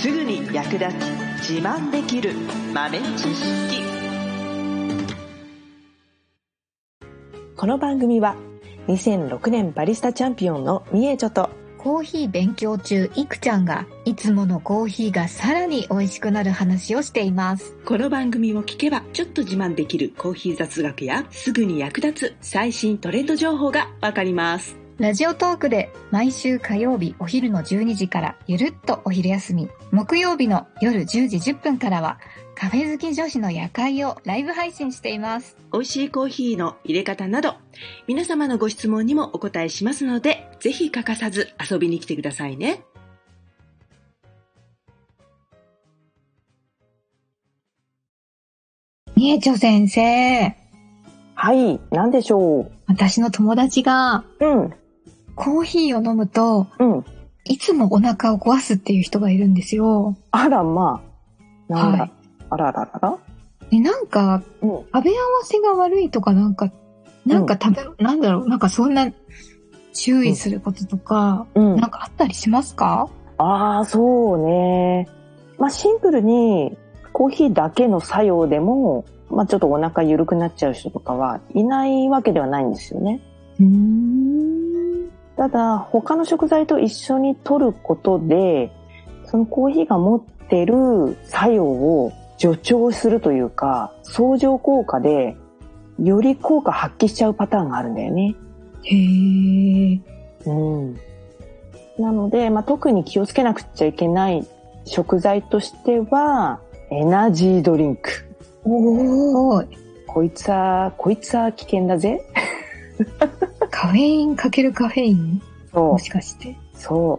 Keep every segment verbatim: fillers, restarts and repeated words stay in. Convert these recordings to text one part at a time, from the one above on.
すぐに役立つ自慢できる豆知識。この番組はにせんろくねんバリスタチャンピオンのみえちょとコーヒー勉強中いくちゃんがいつものコーヒーがさらに美味しくなる話をしています。 この番組を聞けばちょっと自慢できるコーヒー雑学やすぐに役立つ最新トレンド情報がわかります。 ラジオトークで毎週火曜日お昼のじゅうにじからゆるっとお昼休み、木曜日の夜じゅうじじゅっぷんからはカフェ好き女子の夜会をライブ配信しています。 美味しいコーヒーの入れ方など皆様のご質問にもお答えしますので、ぜひ欠かさず遊びに来てくださいね。 みえちょ先生。 はい、何でしょう。 私の友達が、 うん。 コーヒーを飲むと、 うん。 いつもお腹を壊すっていう人がいるんですよ。 あら、まあ。なんだ。 はい、 あらららら。 で、なんか、 うん、 食べ合わせが悪いとかなんか、なんか食べ、うん、なんだろう、なんかそんな注意することとか、うん、なんかあったりしますか？ ああ、そうね。まあシンプルにコーヒーだけの作用でも、まあちょっとお腹緩くなっちゃう人とかはいないわけではないんですよね。 うーん。 ただ他の食材と一緒に摂ることで、そのコーヒーが持ってる作用を助長するというか、相乗効果でより効果発揮しちゃうパターンがあるんだよね。 へー。 うん。なので、まあ、特に気をつけなくちゃいけない食材としてはエナジードリンク。 おー。 こいつはこいつは危険だぜ。 カフェインかけるカフェイン？ そう。 もしかして。 そう。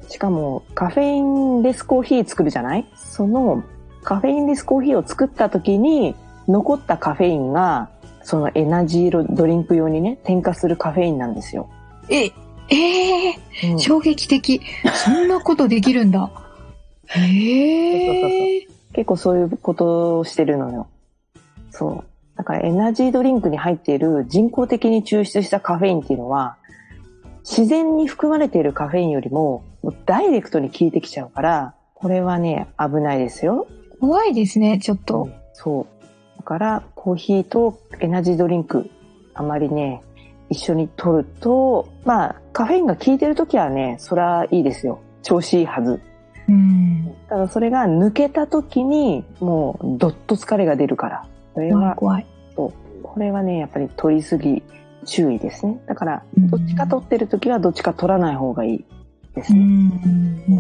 しかもカフェインレスコーヒー作るじゃない？そのカフェインレスコーヒーを作った時に残ったカフェインがそのエナジードリンク用にね添加するカフェインなんですよ。 え、えーうん、衝撃的。そんなことできるんだ。へー。そうそうそうそう。結構そういうことをしてるのよ。そう。だからエナジードリンクに入っている人工的に抽出したカフェインっていうのは自然に含まれているカフェインよりもダイレクトに効いてきちゃうから、これはね危ないですよ。 怖いですね、ちょっと。 うん、そう。だからコーヒーとエナジードリンクあまりね一緒に取ると、まあカフェインが効いてるときはねそりゃいいですよ。調子いいはず。 うん。 ただそれが抜けたときにもうどっと疲れが出るから。それは怖い。 そう。これはねやっぱり取りすぎ注意ですね。だからどっちか取ってるときはどっちか取らない方がいいですね。うん、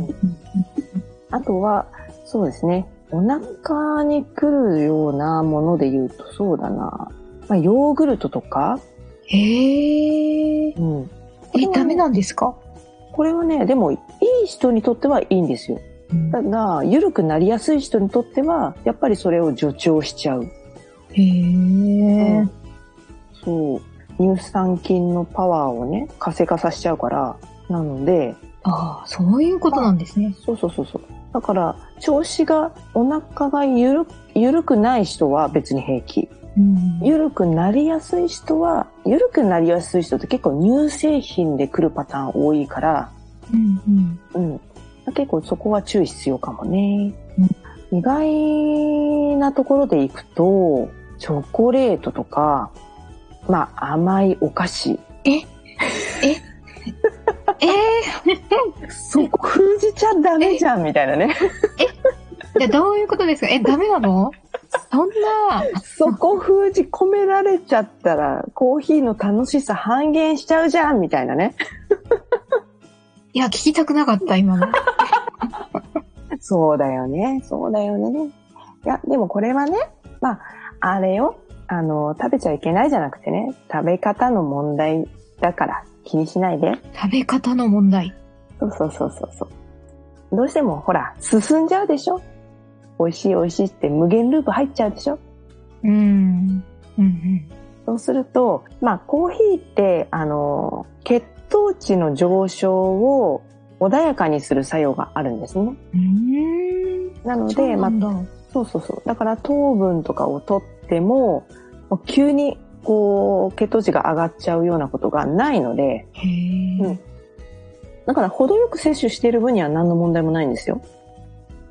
あとはそうですね。お腹にくるようなもので言うとそうだな。まあ、ヨーグルトとか。 へー。 うん。 え、ダメなんですか？ これはね、でもいい人にとってはいいんですよ。うん、ただ、緩くなりやすい人にとっては、やっぱりそれを助長しちゃう。 へー。うん、 そう。乳酸菌のパワーをね、活性化させちゃうから。なので。 ああ、そういうことなんですね。 そうそうそうそう。だから、調子が、お腹がゆる、ゆるくない人は別に平気。うん、ゆるくなりやすい人は、ゆるくなりやすい人って結構乳製品で来るパターン多いから、うんうんうん、結構そこは注意必要かもね。うん、意外なところでいくと、チョコレートとか、まあ甘いお菓子。 えええー、そこ封じちゃダメじゃんみたいなね。 え、じゃあどういうことですか？え、ダメなの？そんな。 そこ封じ込められちゃったらコーヒーの楽しさ半減しちゃうじゃんみたいなね。 いや、聞きたくなかった今の。 そうだよね。そうだよね。いや、でもこれはね、まあ、あれよ。あの、食べちゃいけないじゃなくてね、食べ方の問題だから気にしないで。 食べ方の問題。 そうそうそうそうそう。どうしてもほら、進んじゃうでしょ？美味しい美味しいって無限ループ入っちゃうでしょ？ うん。うんうん。 そうすると、まあコーヒーって、あの、血糖値の上昇を穏やかにする作用があるんですね。 うーん。 なので、 まあ、 そうそうそう。だから糖分とかを取っても、急にこう血糖値が上がっちゃうようなことがないので、 へー、 うん、だから程よく摂取している分には何の問題もないんですよ。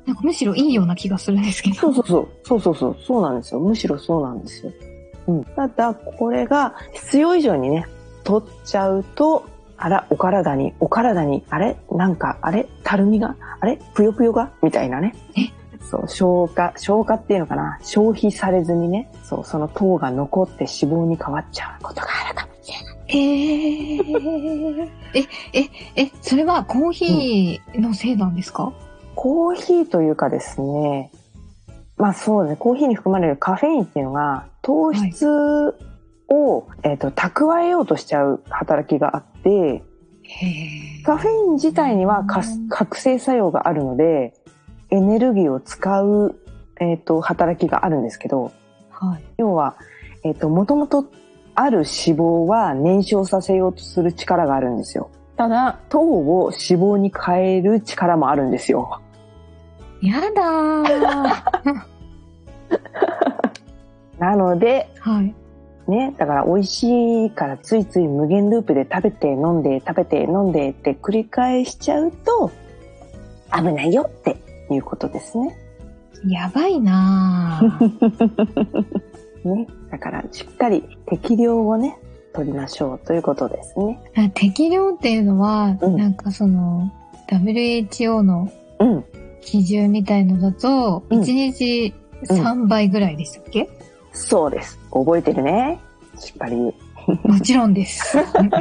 なんかむしろいいような気がするんですけど。 そうそうそう。そうそうそう。そうなんですよ。むしろそうなんですよ。うん。ただ、これが必要以上にね、取っちゃうと、あら、お体に、お体に、あれなんか、あれたるみがあれぷよぷよがみたいなね。 えそう、消化、消化っていうのかな。消費されずにね、そう、その糖が残って脂肪に変わっちゃうことがあるかもしれない。 えー、え、え、え、それはコーヒーのせいなんですか？うん、 コーヒーというかですね、まあそうですね、コーヒーに含まれるカフェインっていうのが、糖質を、はい、えっと、蓄えようとしちゃう働きがあって、 へカフェイン自体には覚醒作用があるので、エネルギーを使う、えっと、働きがあるんですけど、 はい、 要は、えっと、もともとある脂肪は燃焼させようとする力があるんですよ。ただ、糖を脂肪に変える力もあるんですよ。 やだー。 なので、 はい。 ね、だから美味しいからついつい無限ループで食べて飲んで食べて飲んでって繰り返しちゃうと危ないよっていうことですね。 やばいなぁ。ね、だからしっかり適量をね、取りましょうということですね。 適量っていうのは、うん、なんかその ダブリューエイチオー の基準みたいのだと、うん、いちにちさんばいぐらいでしたっけ？うんそうです。覚えてるね。しっかり。 もちろんです。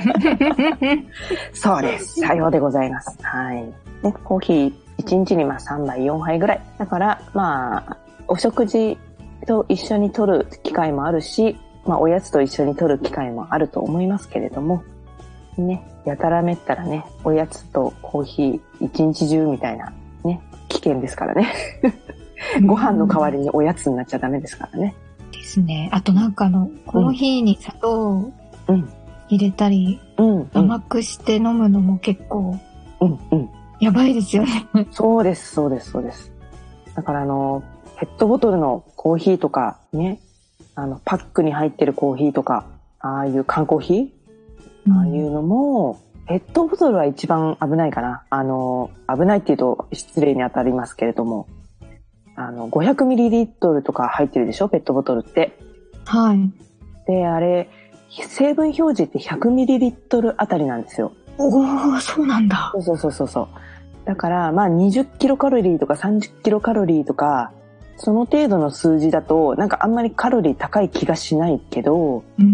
そうです。さようでございます。はい。ね、コーヒーいちにちにまあさんばい、よんはいぐらい。だから、まあ、お食事と一緒に摂る機会もあるし、まあ、おやつと一緒に摂る機会もあると思いますけれども、ね、やたらめったらね、おやつとコーヒー一日中みたいな、ね、危険ですからね。ご飯の代わりにおやつになっちゃダメですからね。 ですね。あとなんかあの、コーヒーに砂糖を入れたり、うんうん、甘くして飲むのも結構、うんうん、やばいですよね。 そうです、そうです、そうです。だからあの、ペットボトルのコーヒーとかね、あの、パックに入ってるコーヒーとか、ああいう缶コーヒー、うん、ああいうのも、ペットボトルは一番危ないかな。あの、危ないって言うと失礼に当たりますけれども、あの、ごひゃくミリリットルとか入ってるでしょ？ペットボトルって。 はい。 で、あれ、成分表示ってひゃくミリリットルあたりなんですよ。 おー、そうなんだ。 そうそうそうそう。だから、まあにじゅっキロカロリーとかさんじゅっキロカロリーとか、その程度の数字だと、なんかあんまりカロリー高い気がしないけど、うん、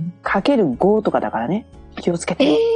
かけるごとかだからね。気をつけて。えー、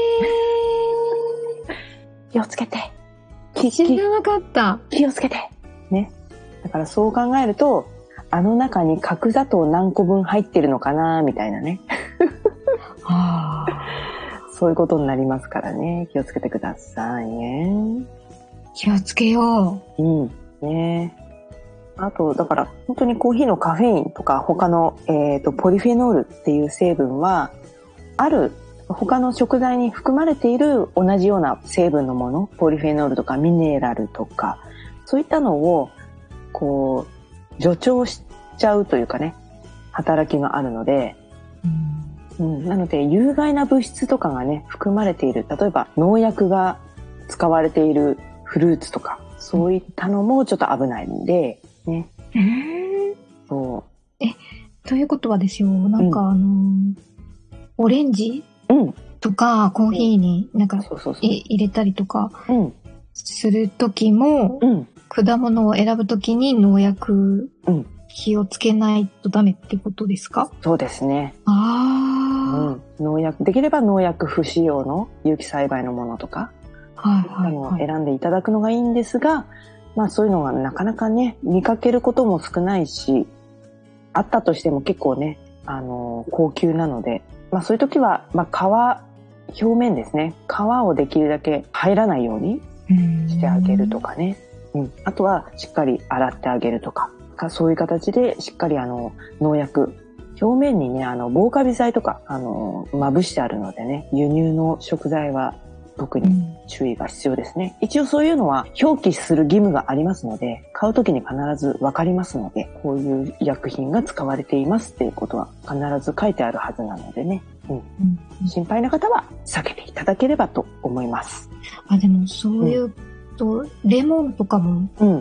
気をつけて。 知らなかった。 気をつけて。ね。だからそう考えると、あの中に角砂糖何個分入ってるのかなみたいなね。はあ、そういうことになりますからね。気をつけてくださいね。 気をつけよう。うん。ね。あと、だから本当にコーヒーのカフェインとか他の、えっと、ポリフェノールっていう成分は、ある他の食材に含まれている同じような成分のもの、ポリフェノールとかミネラルとか、そういったのをこう助長しちゃうというかね、働きがあるので、うん、うん、なので有害な物質とかがね含まれている、例えば農薬が使われているフルーツとか、そういったのもちょっと危ないんでね。 えー、 そう。 え、ということはですよ、なんか、うん、あのオレンジ、うん、とかコーヒーになんか入れたりとかする時も。うん、果物を選ぶときに農薬、うん、気をつけないとダメってことですか？ そうですね。 ああ、うん、農薬、できれば農薬不使用の有機栽培のものとか、はいはいはい、選んでいただくのがいいんですが、まあそういうのがなかなかね、見かけることも少ないし、あったとしても結構ね、あの、高級なので、まあそういう時は、まあ皮、表面ですね。皮をできるだけ入らないようにしてあげるとかね。うん、あとはしっかり洗ってあげるとか、そういう形でしっかりあの農薬、表面にね、あの防カビ剤とかあのまぶしてあるのでね、輸入の食材は特に注意が必要ですね。うん、一応そういうのは表記する義務がありますので、買う時に必ず分かりますので、こういう医薬品が使われていますっていうことは必ず書いてあるはずなのでね、うんうん、心配な方は避けていただければと思います。 あ、でもそういう、うんとレモンとかも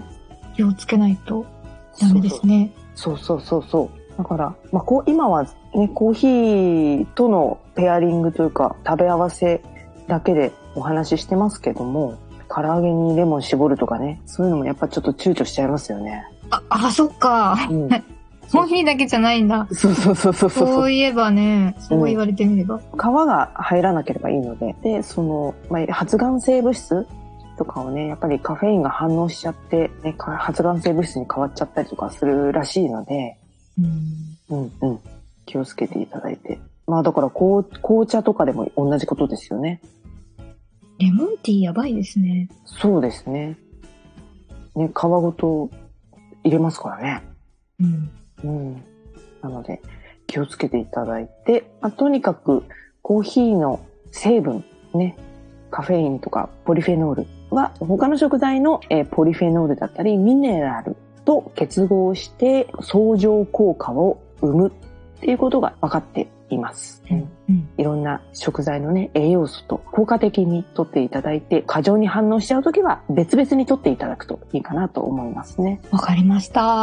気をつけないとダメですね。 そうそうそうそう。だから、まあ、こう今はね、コーヒーとのペアリングというか食べ合わせだけでお話ししてますけども、唐揚げにレモン絞るとかね、そういうのもやっぱちょっと躊躇しちゃいますよね。 あ、あ、そっか。うん、コーヒーだけじゃないんだ。 そうそうそうそうそう。 そういえばね、そう言われてみれば。 うん、皮が入らなければいいので、で、その、まあ、発がん性物質とかをね、やっぱりカフェインが反応しちゃって、ね、発がん性物質に変わっちゃったりとかするらしいので、うん、うんうん、気をつけていただいて。まあだから紅茶とかでも同じことですよね。 レモンティーやばいですね。 そうですね。ね、皮ごと入れますからね。うん。うん。なので、気をつけていただいて、まあ、とにかくコーヒーの成分、ね、カフェインとかポリフェノールは他の食材の、えー、ポリフェノールだったりミネラルと結合して相乗効果を生むっていうことが分かっています。うんうん、いろんな食材のね、栄養素と効果的に摂っていただいて、過剰に反応しちゃうときは別々に摂っていただくといいかなと思いますね。 わかりました。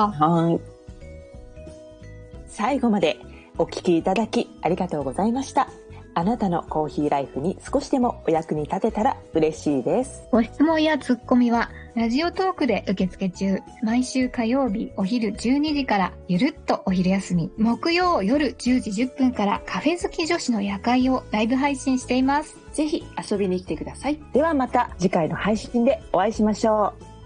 はい。 最後までお聞きいただきありがとうございました。あなたのコーヒーライフに少しでもお役に立てたら嬉しいです。 ご質問やツッコミはラジオトークで受付中。毎週火曜日お昼じゅうにじからゆるっとお昼休み、木曜夜じゅうじじゅっぷんからカフェ好き女子の夜会をライブ配信しています。 ぜひ遊びに来てください。ではまた次回の配信でお会いしましょう。